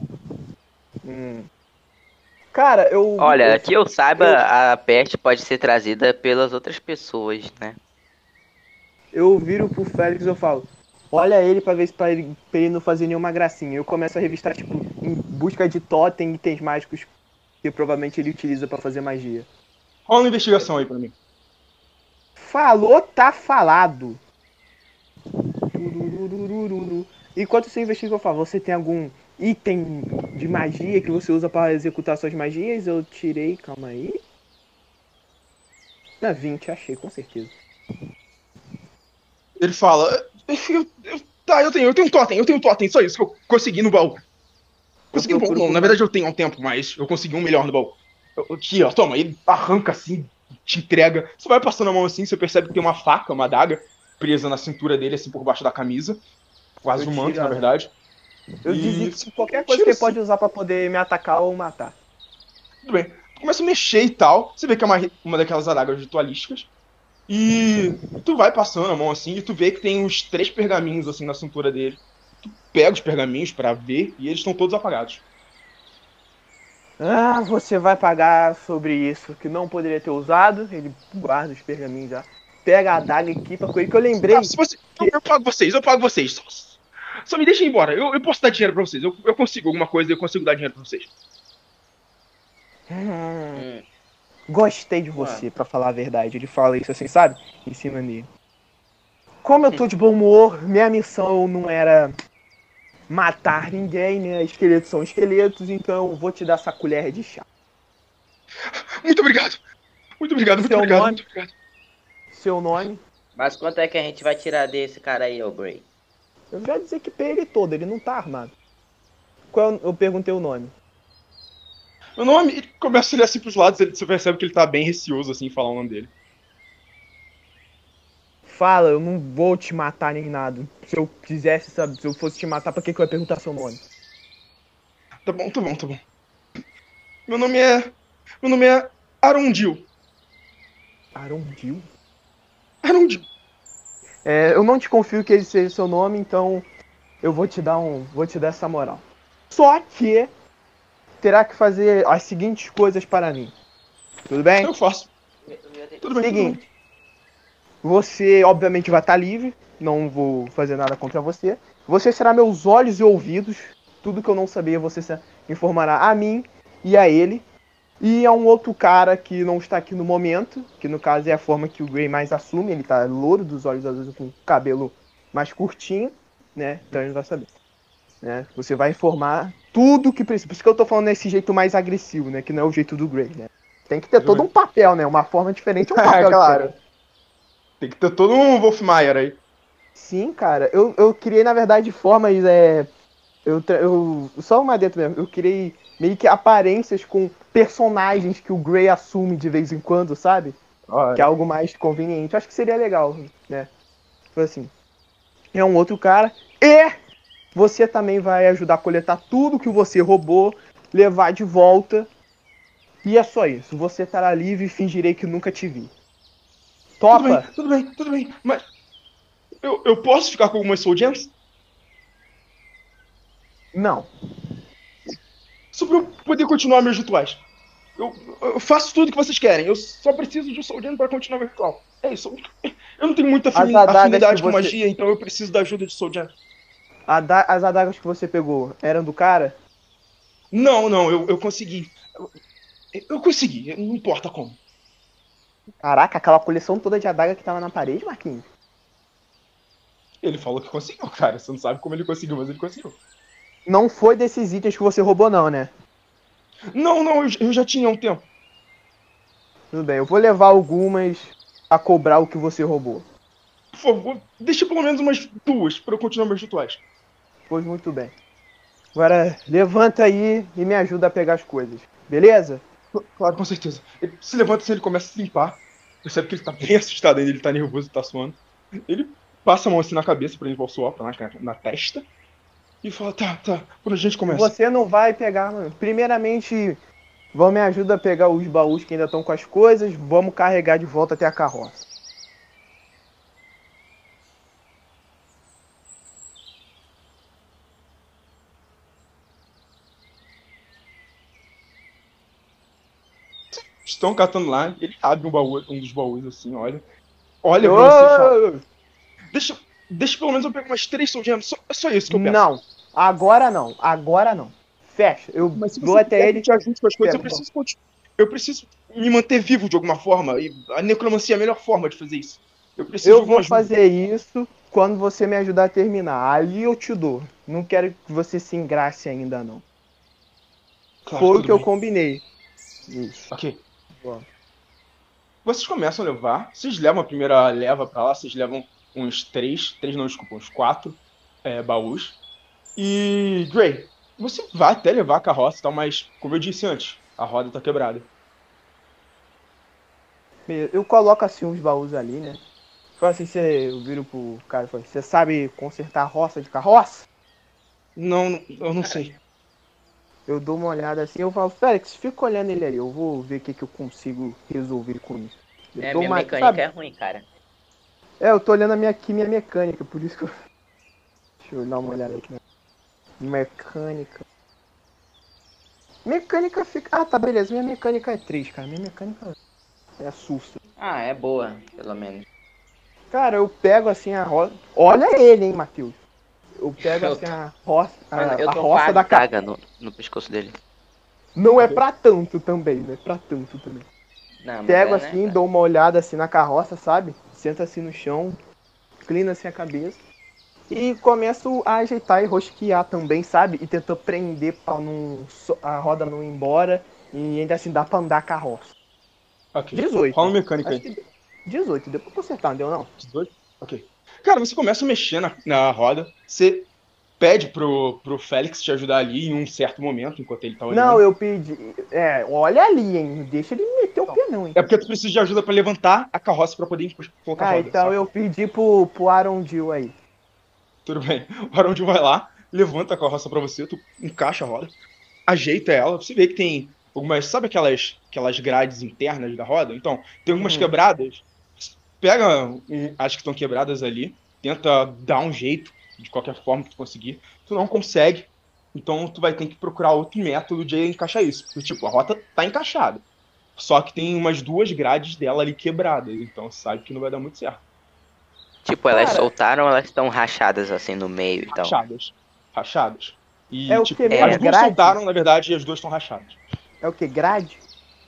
Cara, eu... Olha, que eu saiba, a peste pode ser trazida pelas outras pessoas, né? Eu viro pro Félix e eu falo, olha ele pra ver se pra ele não fazer nenhuma gracinha. Eu começo a revistar, tipo, em busca de totem, itens mágicos que provavelmente ele utiliza pra fazer magia. Rola uma investigação aí pra mim. Falou, tá falado. Enquanto você investiga, eu falo, você tem algum item de magia que você usa para executar suas magias? Eu tirei, calma aí. 20, achei, com certeza. Ele fala, tá, eu tenho um totem, só isso que eu consegui no baú. Consegui no baú, não, na verdade eu tenho há um tempo, mas eu consegui um melhor no baú. Aqui, ó, toma, ele arranca assim, te entrega. Você vai passando a mão assim, você percebe que tem uma faca, uma adaga, presa na cintura dele, assim, por baixo da camisa. Quase um manto, na verdade. Eu dizia que qualquer coisa que ele pode usar pra poder me atacar ou matar. Tudo bem. Tu começa a mexer e tal, você vê que é uma daquelas adagas ritualísticas. E tu vai passando a mão assim, e tu vê que tem uns 3 pergaminhos assim na cintura dele. Tu pega os pergaminhos pra ver, e eles estão todos apagados. Ah, você vai pagar sobre isso que não poderia ter usado. Ele guarda os pergaminhos já. Pega a adaga e equipa com ele, que eu lembrei. Eu pago vocês. Só me deixem ir embora. Eu posso dar dinheiro pra vocês. Eu consigo alguma coisa, eu consigo dar dinheiro pra vocês. Gostei de você, pra falar a verdade. Ele fala isso assim, sabe? Em cima dele. Como eu tô de bom humor, minha missão não era matar ninguém, né? Esqueletos são esqueletos, então eu vou te dar essa colher de chá. Muito obrigado. Muito obrigado. Seu nome? Mas quanto é que a gente vai tirar desse cara aí, ô Gray? Eu já desequipei ele todo, ele não tá armado. Eu perguntei o nome. Meu nome, ele começa a olhar assim pros lados, você percebe que ele tá bem receoso assim em falar o nome dele. Fala, eu não vou te matar nem nada. Se eu quisesse, sabe, se eu fosse te matar, pra que eu ia perguntar seu nome? Tá bom. Meu nome é Arundil. Arundil? Arundil. Eu não te confio que ele seja seu nome, então eu vou te dar essa moral. Só que terá que fazer as seguintes coisas para mim. Tudo bem? Eu faço. Tudo bem. Seguinte. Você, obviamente, vai estar livre. Não vou fazer nada contra você. Você será meus olhos e ouvidos. Tudo que eu não sabia, você informará a mim e a ele. E a um outro cara que não está aqui no momento. Que no caso é a forma que o Gray mais assume. Ele tá louro dos olhos azuis com cabelo mais curtinho. Né? Então ele vai saber. Né? Você vai informar tudo que precisa. Por isso que eu tô falando desse jeito mais agressivo, né? Que não é o jeito do Gray, né? Tem que ter todo um papel, né? Uma forma diferente é um papel, claro. Tem que ter todo um Wolfmaier aí. Sim, cara. Eu criei, na verdade, formas. Só uma dentro mesmo. Eu criei meio que aparências com personagens que o Gray assume de vez em quando, sabe? Olha. Que é algo mais conveniente. Acho que seria legal, né? Tipo assim. É um outro cara. E você também vai ajudar a coletar tudo que você roubou, levar de volta. E é só isso. Você estará livre e fingirei que nunca te vi. Topa? Tudo bem. Mas eu posso ficar com algumas Soul Gems? Não. Só pra eu poder continuar meus rituais. Eu faço tudo que vocês querem. Eu só preciso de um Soul Gem pra continuar meu ritual. É isso. Eu não tenho muita afinidade com magia, então eu preciso da ajuda de Soul Gem. As adagas que você pegou eram do cara? Não, eu consegui. Eu consegui, não importa como. Caraca, aquela coleção toda de adaga que tava na parede, Marquinhos. Ele falou que conseguiu, cara. Você não sabe como ele conseguiu, mas ele conseguiu. Não foi desses itens que você roubou, não, né? Não, eu já tinha há um tempo. Tudo bem, eu vou levar algumas a cobrar o que você roubou. Por favor, deixa pelo menos umas 2 pra eu continuar meus rituais. Pois muito bem. Agora, levanta aí e me ajuda a pegar as coisas. Beleza? Claro, com certeza. Ele se levanta assim, ele começa a se limpar. Percebe que ele tá bem assustado ainda, ele tá nervoso e tá suando. Ele passa a mão assim na cabeça pra ele suar, na testa. E fala, tá, quando a gente começa. Você não vai pegar, mano. Primeiramente, vão me ajudar a pegar os baús que ainda estão com as coisas. Vamos carregar de volta até a carroça. Estão catando lá, ele abre um dos baús assim, olha pra você e fala, deixa pelo menos eu pegar umas 3 Soul Gems, só isso que eu peço. Não, agora não. Fecha. Eu Mas se vou você até quiser que ele. eu te ajude com as coisas, Pera, eu preciso me manter vivo de alguma forma. E a necromancia é a melhor forma de fazer isso. Eu preciso de eu alguma vou ajuda. fazer isso quando você me ajudar a terminar. Ali eu te dou. Não quero que você se engrace ainda, não. Claro, Foi o tudo que eu bem. combinei. Isso. Ok. Bom. Vocês começam a levar. Vocês levam a primeira leva pra lá. Vocês levam uns três não, desculpa, uns quatro baús. E, Gray, você vai até levar a carroça e tal, mas, como eu disse antes, a roda tá quebrada. Eu coloco assim uns baús ali, né? Fala assim, eu viro pro cara e falo, você sabe consertar roça de carroça? Não, eu não sei. Eu dou uma olhada assim, eu falo, Félix, fica olhando ele ali, eu vou ver o que eu consigo resolver com isso. Eu dou Minha uma, mecânica sabe? é ruim, cara. Eu tô olhando minha mecânica, por isso que eu... Deixa eu dar uma olhada aqui. Mecânica. Mecânica fica... Ah, tá, beleza, minha mecânica é 3, cara. Minha mecânica é sussa. Ah, é boa, pelo menos. Cara, eu pego assim a roça... Olha ele, hein, Matheus. Eu pego Eu assim a roça, Mano, eu a tô com roça a da carroça. adaga no pescoço dele. Não é pra tanto também, não é pra tanto também. Não, mas Pego é, né, assim, cara? dou uma olhada assim na carroça, sabe? Senta assim no chão, inclina assim a cabeça. E começo a ajeitar e rosquear também, sabe? E tento prender pra a roda não ir embora. E ainda assim dá pra andar a carroça. Ok. 18. Rola mecânica Acho aí. que 18, deu pra consertar, não deu não? 18? Ok. Cara, você começa a mexer na roda. Você pede pro Félix te ajudar ali em um certo momento, enquanto ele tá Não, olhando. eu pedi. Olha ali, hein? Não deixa ele meter o pé, não, hein? É porque tu precisa de ajuda pra levantar a carroça pra poder colocar a Ah, roda. então Saca? eu pedi pro Arondil aí. Tudo bem. O Arão vai lá, levanta a carroça pra você, tu encaixa a roda, ajeita ela. Você vê que tem algumas. Sabe aquelas grades internas da roda? Então, tem algumas Uhum. quebradas. Pega as que estão quebradas ali, tenta dar um jeito, de qualquer forma que tu conseguir. Tu não consegue, então tu vai ter que procurar outro método de encaixar isso. Porque, tipo, a rota tá encaixada. Só que tem umas duas grades dela ali quebradas, então sabe que não vai dar muito certo. Tipo, elas Cara, soltaram ou elas estão rachadas assim no meio e tal? Rachadas. Rachadas. é E, o tipo, que as mesmo? duas Grade? soltaram, na verdade, e as duas estão rachadas. É o que? Grade?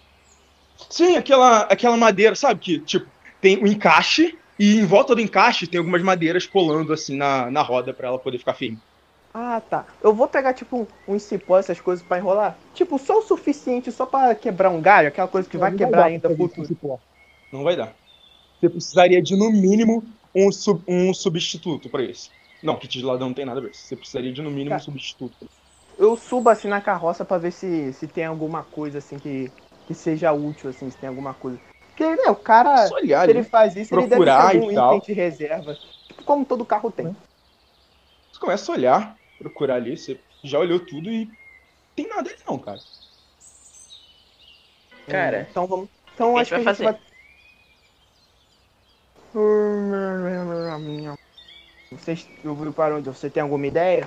Sim, aquela madeira, sabe? Que, tipo, tem o encaixe e em volta do encaixe tem algumas madeiras colando, assim, na roda pra ela poder ficar firme. Ah, tá. Eu vou pegar, tipo, um cipó, essas coisas pra enrolar. Tipo, só o suficiente, só pra quebrar um galho, aquela coisa que vai Não quebrar dar pra ainda fazer isso com futuro. cipó. Não vai dar. Você precisaria de, no mínimo, um substituto pra isso. Não, kit de ladrão não tem nada a ver. Você precisaria de, no mínimo, um Cara, substituto. eu subo assim na carroça pra ver se tem alguma coisa assim que seja útil, assim, se tem alguma coisa. Porque, né, o cara, Só olhar se ele ali, faz isso, ele deve ter procurar algum e item tal. de reserva. Tipo, como todo carro tem. Você começa a olhar, procurar ali, você já olhou tudo e tem nada ali não, cara. Cara, Então vamos. o Então que a acho gente que vai a gente vai. fazer? Vocês, eu vou para onde? Você tem alguma ideia?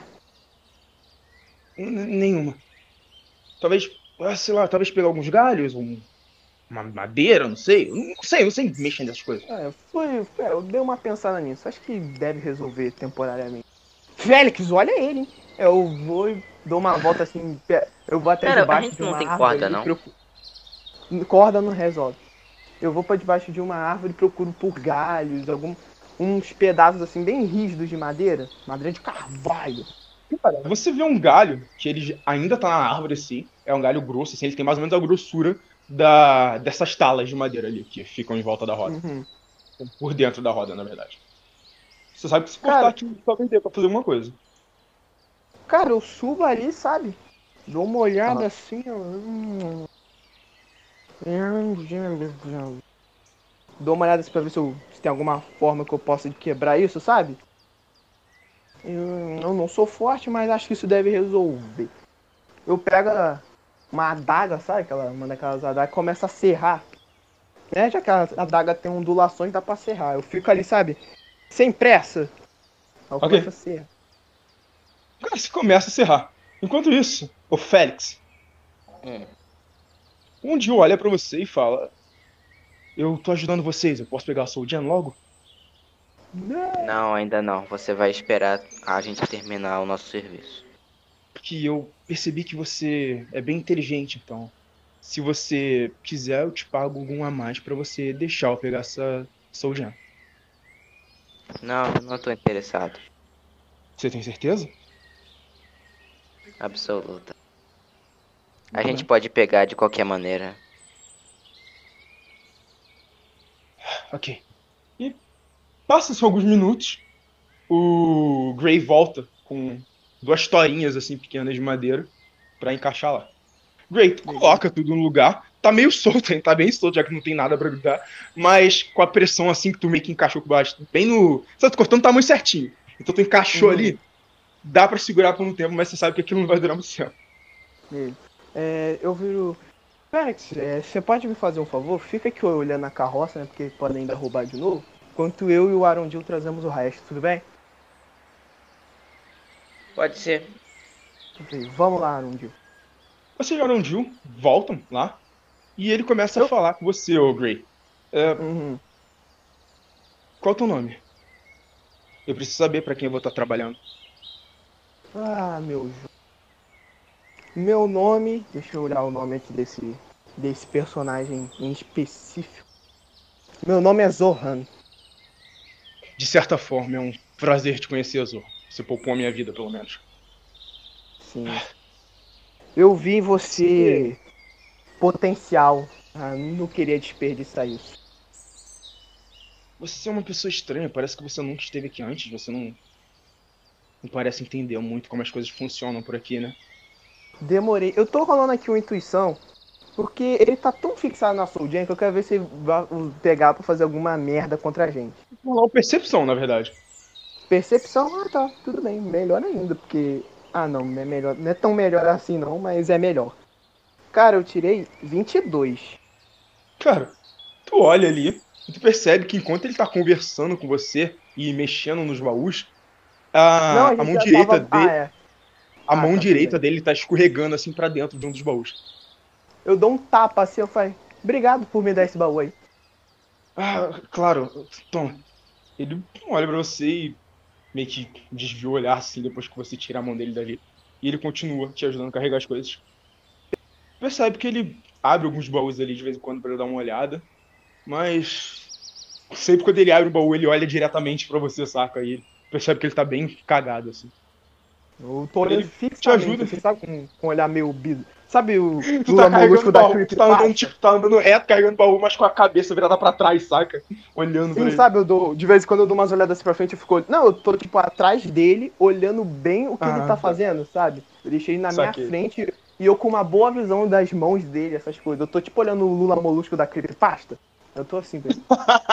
Nenhuma. Talvez, sei lá, talvez pegar alguns galhos, uma madeira, não sei. Não sei mexer nessas coisas. Eu dei uma pensada nisso. Acho que deve resolver temporariamente. Félix, olha ele, hein? Eu vou e dou uma volta assim. Eu vou até Cara, a debaixo gente de não uma tem árvore corda, e não? procuro. Corda não resolve. Eu vou pra debaixo de uma árvore e procuro por galhos, uns pedaços assim bem rígidos de madeira. Madeira de carvalho. Cara, você vê um galho que ele ainda tá na árvore, assim. É um galho grosso, assim. Ele tem mais ou menos a grossura dessas talas de madeira ali que ficam em volta da roda. Uhum. Por dentro da roda, na verdade. Você sabe que se cortar Cara, aqui, talvez dê pra fazer alguma coisa. cara, eu subo ali, sabe? Dou uma olhada Aham. assim, ó. Dou uma olhada assim pra ver se tem alguma forma que eu possa quebrar isso, sabe? Eu não sou forte, mas acho que isso deve resolver. Eu pego uma adaga, sabe? Uma daquelas adagas e começa a serrar. Né? Já que a adaga tem ondulações, dá pra serrar. Eu fico ali, sabe? Sem pressa. Aí eu Ok. começo a serrar. Cara, você começa a serrar. Enquanto isso, o Félix, Hum. um dia olha pra você e fala: Eu tô ajudando vocês, eu posso pegar a Soul Gen logo? Não, ainda não. Você vai esperar a gente terminar o nosso serviço. que eu percebi que você é bem inteligente, então. Se você quiser, eu te pago algum a mais pra você deixar eu pegar essa Soul Gem. Não, não tô interessado. Você tem certeza? Absoluta. A Muito gente bem. pode pegar de qualquer maneira. Ok. E passa-se alguns minutos, o Gray volta com duas torinhas assim pequenas de madeira pra encaixar lá. Gray, tu Beleza. coloca tudo no lugar. Tá meio solto, hein? Tá bem solto, já que não tem nada pra grudar. Mas com a pressão assim que tu meio que encaixou por baixo, bem no. Você tá cortando o tamanho certinho. Então tu encaixou Uhum. ali, dá pra segurar por um tempo, mas você sabe que aquilo não vai durar muito tempo. Beleza. Eu viro. Fênix, você pode me fazer um favor? Fica aqui olhando a carroça, né? Porque podem ainda roubar de novo. Enquanto eu e o Arondil trazemos o resto, tudo bem? Pode ser. Vamos lá, Arondil. Você e o Arundil voltam lá e ele começa a Eu. falar com você, ô Gray. É, Uhum. qual é o teu nome? Eu preciso saber pra quem eu vou estar trabalhando. Ah, meu nome. Deixa eu olhar o nome aqui desse personagem em específico. Meu nome é Zohan. De certa forma, é um prazer te conhecer, Azor. Você poupou a minha vida, pelo menos. Sim. Eu vi em você potencial. Ah, não queria desperdiçar isso. Você é uma pessoa estranha, parece que você nunca esteve aqui antes, você não parece entender muito como as coisas funcionam por aqui, né? Demorei. Eu tô rolando aqui uma intuição, porque ele tá tão fixado na Soul Jam que eu quero ver se ele vai pegar pra fazer alguma merda contra a gente. Vou rolar uma percepção, na verdade. Percepção, tá, tudo bem, melhor ainda, porque. Ah, não, não é melhor, não é tão melhor assim não, mas é melhor. Cara, eu tirei 22. Cara, tu olha ali e tu percebe que enquanto ele tá conversando com você e mexendo nos baús, Não, a a gente mão já direita tava. Ah, dele, é. a Ah, mão tá, tudo direita bem. dele tá escorregando assim pra dentro de um dos baús. Eu dou um tapa assim, eu falei, obrigado por me dar esse baú aí. Ah, claro, toma. Ele olha pra você e meio que desvia o olhar assim depois que você tira a mão dele dali. E ele continua te ajudando a carregar as coisas. Percebe que ele abre alguns baús ali de vez em quando pra dar uma olhada, mas sempre quando ele abre o baú, ele olha diretamente pra você, saca? E ele percebe que ele tá bem cagado, assim. Eu tô olhando Ele te fixamente, ajuda. assim, sabe, com um olhar meio bido. Sabe o Tu tá Lula carregando Molusco o da baú, tu tá andando, Creepypasta? tipo, tá andando reto, carregando o baú, mas com a cabeça virada pra trás, saca? Olhando pra Sim, ele. sabe, de vez em quando eu dou umas olhadas assim pra frente e fico. Não, eu tô, tipo, atrás dele, olhando bem o que ele tá Tá. fazendo, sabe? Eu deixei ele na minha Saquei. frente e eu com uma boa visão das mãos dele, essas coisas. Eu tô, tipo, olhando o Lula Molusco da Creepypasta. Eu tô assim, velho.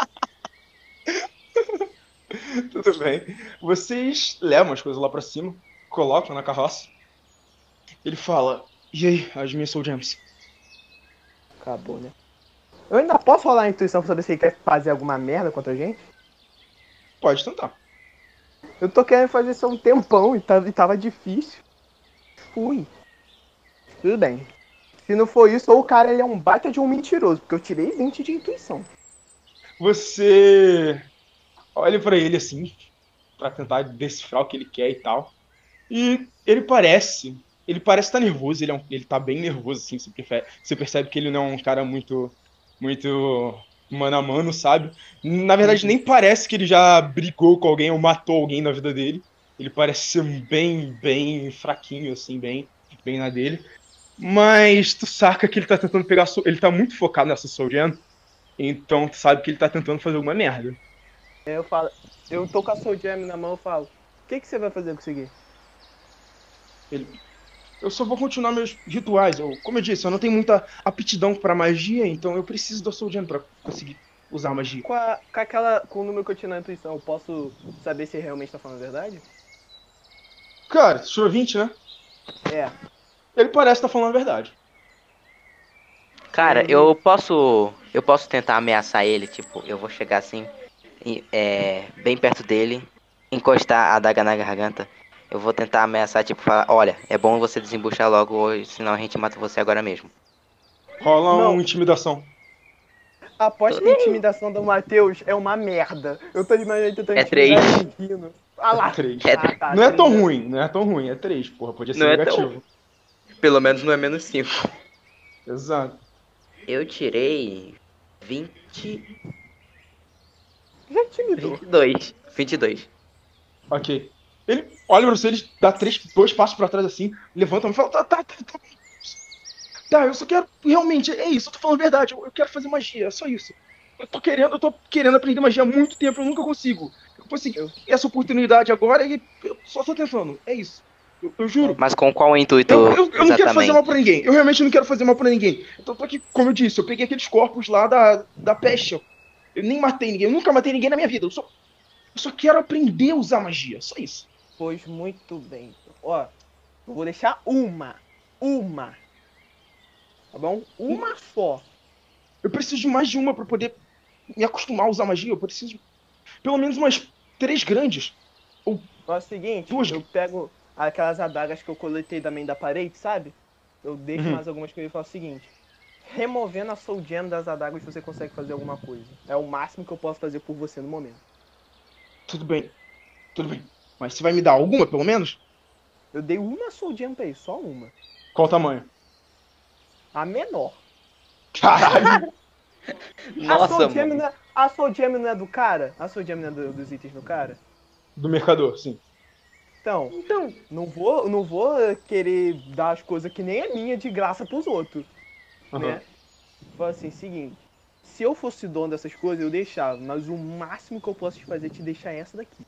Tudo bem. Vocês levam as coisas lá pra cima, colocam na carroça. Ele fala: E aí, as minhas Soul Gems? Acabou, né? Eu ainda posso rolar a intuição pra saber se ele quer fazer alguma merda contra a gente? Pode tentar. Eu tô querendo fazer isso há um tempão e tava difícil. Fui. Tudo bem. Se não for isso, ou o cara ele é um baita de um mentiroso, porque eu tirei 20 de intuição. Você olha pra ele assim, pra tentar decifrar o que ele quer e tal. E ele parece estar nervoso, ele tá bem nervoso assim, você percebe que ele não é um cara muito mano a mano, sabe? Na verdade, nem parece que ele já brigou com alguém ou matou alguém na vida dele. Ele parece ser bem fraquinho, assim, bem na dele. Mas tu saca que ele tá tentando pegar. Ele tá muito focado nessa Soul Gem, então tu sabe que ele tá tentando fazer alguma merda. Aí eu falo, eu tô com a Soul Jam na mão, eu falo, o que você vai fazer com isso aqui? Ele, eu só vou continuar meus rituais. Como eu disse, eu não tenho muita aptidão pra magia, então eu preciso da Soul Gem pra conseguir usar magia. Com o número que eu tinha na intuição, eu posso saber se ele realmente tá falando a verdade? Cara, você tirou 20, né? É. Ele parece estar falando a verdade. Cara, eu posso tentar ameaçar ele, tipo, eu vou chegar assim, bem perto dele, encostar a adaga na garganta. Eu vou tentar ameaçar, tipo, falar, olha, é bom você desembuchar logo hoje, senão a gente mata você agora mesmo. Rola Não, uma intimidação. aposto que a intimidação do Matheus é uma merda. Eu tô imaginando tentando É intimidar 3. ele rindo. Ah lá. É 3. É, tá, Não é tão três. ruim, não é tão ruim, é 3, porra, podia ser Não é tão- negativo. Pelo menos não é menos 5. Exato. Eu tirei 20. Já intimidou. 22. 22. Ok. Ele olha pra você, ele dá 2 passos pra trás assim, levanta e fala, tá. Tá, eu só quero. Realmente, é isso, eu tô falando a verdade. Eu quero fazer magia, é só isso. Eu tô querendo aprender magia há muito tempo, eu nunca consigo. Eu consegui Eu- essa oportunidade agora e eu só tô tentando. É isso. Eu juro. Mas com qual intuito Eu não quero fazer mal exatamente? pra ninguém. Eu realmente não quero fazer mal pra ninguém. Então tô aqui, como eu disse, eu peguei aqueles corpos lá da peste. Eu nem matei ninguém, eu nunca matei ninguém na minha vida. Eu só quero aprender a usar magia, só isso. Pois muito bem. Ó, eu vou deixar uma. Uma. Tá bom? Uma só. Eu preciso de mais de uma pra poder me acostumar a usar magia. Eu preciso de pelo menos umas 3 grandes. Ou É o seguinte, 2. eu pego aquelas adagas que eu coletei também da parede, sabe? Eu deixo Uhum. mais algumas coisas e falo o seguinte. Removendo a soul gem das adagas você consegue fazer alguma coisa. É o máximo que eu posso fazer por você no momento. Tudo bem, tudo bem. Mas você vai me dar alguma, pelo menos? Eu dei uma soul gem pra ele, só uma. Qual o tamanho? A menor. Caralho! Nossa, mano. A soul gem não é do cara? A soul gem não é dos itens do cara? Do mercador, sim. Então, Então, não vou querer dar as coisas que nem é minha de graça pros outros, Aham. né? Fala assim, seguinte, se eu fosse dono dessas coisas, eu deixava, mas o máximo que eu posso te fazer é te deixar essa daqui.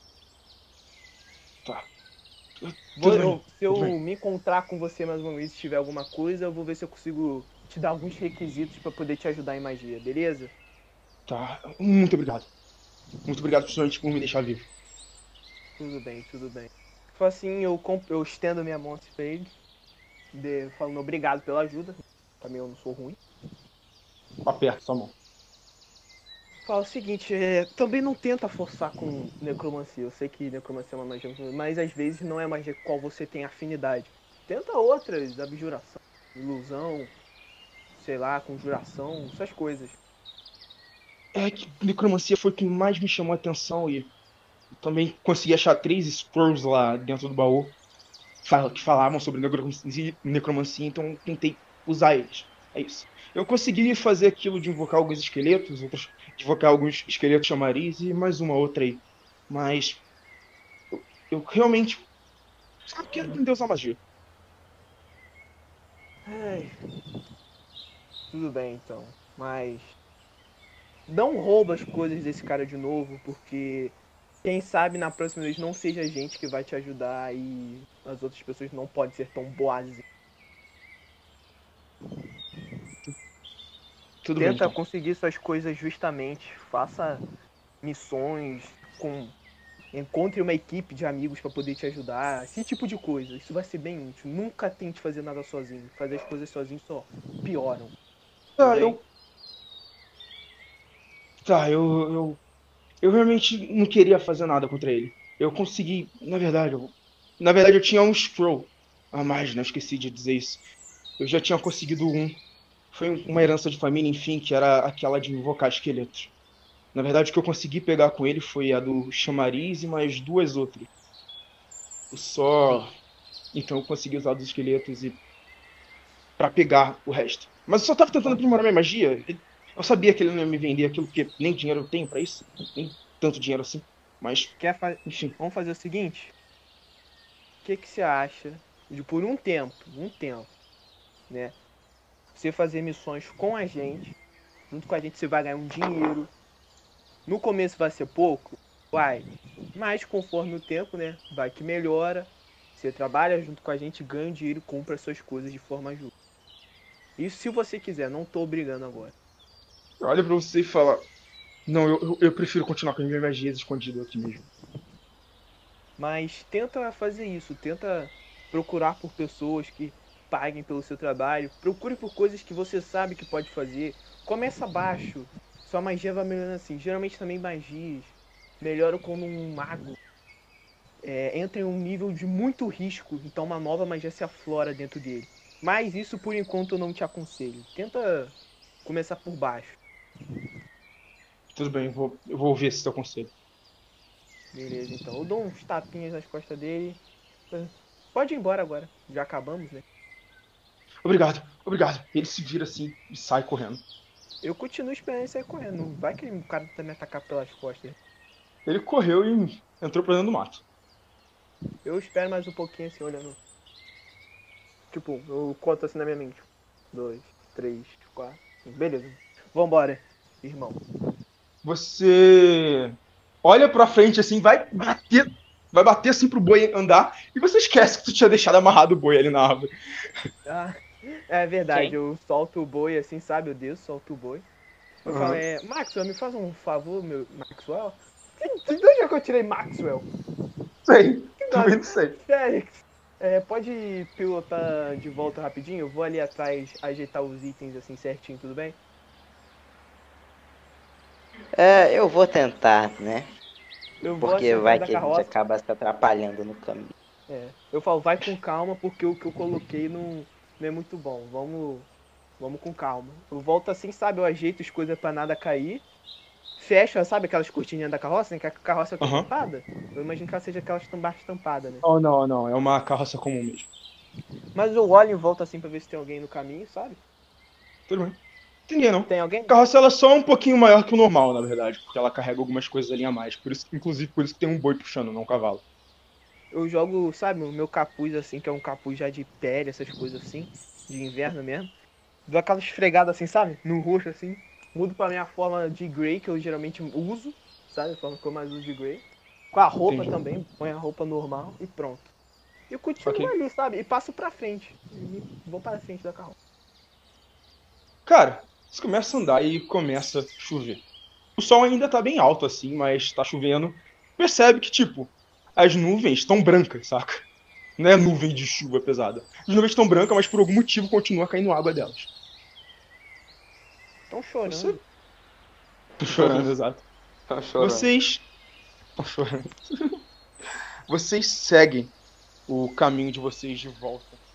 Tá. Se eu tudo bem. me encontrar com você mais uma vez e tiver alguma coisa, eu vou ver se eu consigo te dar alguns requisitos pra poder te ajudar em magia, beleza? Tá. Muito obrigado. Muito obrigado, principalmente por me deixar vivo. Tudo bem, tudo bem. Fala assim, eu estendo minha mão assim pra ele, falando obrigado pela ajuda. Também eu não sou ruim. Aperta sua mão. Fala o seguinte, também não tenta forçar com necromancia. Eu sei que necromancia é uma magia, mas às vezes não é a magia com qual você tem afinidade. Tenta outras, abjuração, ilusão, sei lá, conjuração, essas coisas. É que necromancia foi o que mais me chamou a atenção e também consegui achar 3 scrolls lá dentro do baú que falavam sobre necromancia, então tentei usar eles. É isso. Eu consegui fazer aquilo de invocar alguns esqueletos, outros de invocar alguns esqueletos chamariz e mais uma outra aí. Mas eu realmente só quero aprender a usar magia. Ai, tudo bem então, mas não rouba as coisas desse cara de novo, porque quem sabe na próxima vez não seja a gente que vai te ajudar e as outras pessoas não podem ser tão boazinhas. Tudo bem, Tenta então. conseguir suas coisas justamente, faça missões com encontre uma equipe de amigos para poder te ajudar, esse tipo de coisa. Isso vai ser bem útil. Nunca tente fazer nada sozinho. Fazer as coisas sozinho só pioram. Tudo Tá, bem? Tá, eu realmente não queria fazer nada contra ele. Eu consegui, na verdade eu tinha um scroll a mais, né? Esqueci de dizer isso. Eu já tinha conseguido um. Foi uma herança de família, enfim, que era aquela de invocar esqueletos. Na verdade, o que eu consegui pegar com ele foi a do chamariz e mais 2 outras. Eu só. Então eu consegui usar dos esqueletos e para pegar o resto. Mas eu só tava tentando aprimorar minha magia. Eu sabia que ele não ia me vender aquilo, porque nem dinheiro eu tenho pra isso. Nem tanto dinheiro assim. Mas, enfim. Vamos fazer o seguinte? O que você acha de por um tempo, né? Você fazer missões com a gente. Junto com a gente você vai ganhar um dinheiro. No começo vai ser pouco, vai. Mas conforme o tempo, né? Vai que melhora. Você trabalha junto com a gente, ganha dinheiro e compra as suas coisas de forma justa. Isso se você quiser, não tô obrigando agora. Olha pra você e fala. Não, eu prefiro continuar com as minhas magias escondidas aqui mesmo. Mas tenta fazer isso, tenta procurar por pessoas que paguem pelo seu trabalho, procure por coisas que você sabe que pode fazer. Começa baixo, sua magia vai melhorando assim. Geralmente também magias melhoram como um mago. Entra em um nível de muito risco, então uma nova magia se aflora dentro dele. Mas isso por enquanto eu não te aconselho. Tenta começar por baixo. Tudo bem, eu vou ouvir esse seu conselho. Beleza, então. Eu dou uns tapinhas nas costas dele. Pode ir embora agora. Já acabamos, né? Obrigado, obrigado. Ele se vira assim e sai correndo. Eu continuo esperando ele sair correndo. Não vai que o cara tá me atacar pelas costas. Ele correu e entrou pra dentro do mato. Eu espero mais um pouquinho assim, olhando. Tipo, eu conto assim na minha mente. 2, 3, 4. Beleza. Vambora, irmão. Você olha pra frente assim, vai bater assim pro boi andar e você esquece que tu tinha deixado amarrado o boi ali na árvore. Ah, é verdade, Quem? eu solto o boi assim, sabe? Eu desço, solto o boi. Eu falo, Uhum. Maxwell, me faz um favor, meu Maxwell. De onde é que eu tirei Maxwell? Sei, Que também nada. não sei. Félix, pode pilotar de volta rapidinho? Eu vou ali atrás ajeitar os itens assim certinho, tudo bem? Eu vou tentar, né? Eu vou Porque assim atrás vai da que a gente carroça. acaba se atrapalhando no caminho. Eu falo, vai com calma, porque o que eu coloquei não é muito bom. Vamos com calma. Eu volto assim, sabe? Eu ajeito as coisas pra nada cair. Fecha, sabe aquelas cortininhas da carroça, né? Que a carroça é Aham. tampada. Eu imagino que ela seja aquelas tampadas, né? Oh, não, não, é uma carroça comum mesmo. Mas eu olho em volta assim pra ver se tem alguém no caminho, sabe? Tudo bem. Entendi, não. Tem alguém? A carroça ela é só um pouquinho maior que o normal, na verdade, porque ela carrega algumas coisas ali a mais. Por isso, inclusive por isso que tem um boi puxando, não um cavalo. Eu jogo, sabe, o meu capuz assim, que é um capuz já de pele, essas coisas assim, de inverno mesmo. Dou aquela esfregada assim, sabe? No rosto assim. Mudo pra minha forma de Grey, que eu geralmente uso, sabe? A forma que eu mais uso de Grey. Com a roupa Entendi. também, põe a roupa normal e pronto. E eu continuo Ok. ali, sabe? E passo pra frente. E vou para frente da carroça. Cara, você começa a andar e começa a chover. O sol ainda tá bem alto assim, mas tá chovendo. Percebe que, tipo, as nuvens estão brancas, saca? Não é nuvem de chuva pesada. As nuvens estão brancas, mas por algum motivo continua caindo água delas. Estão Você. chorando. Tô chorando, exato. Tô chorando. Vocês. Tô chorando. Vocês seguem o caminho de vocês de volta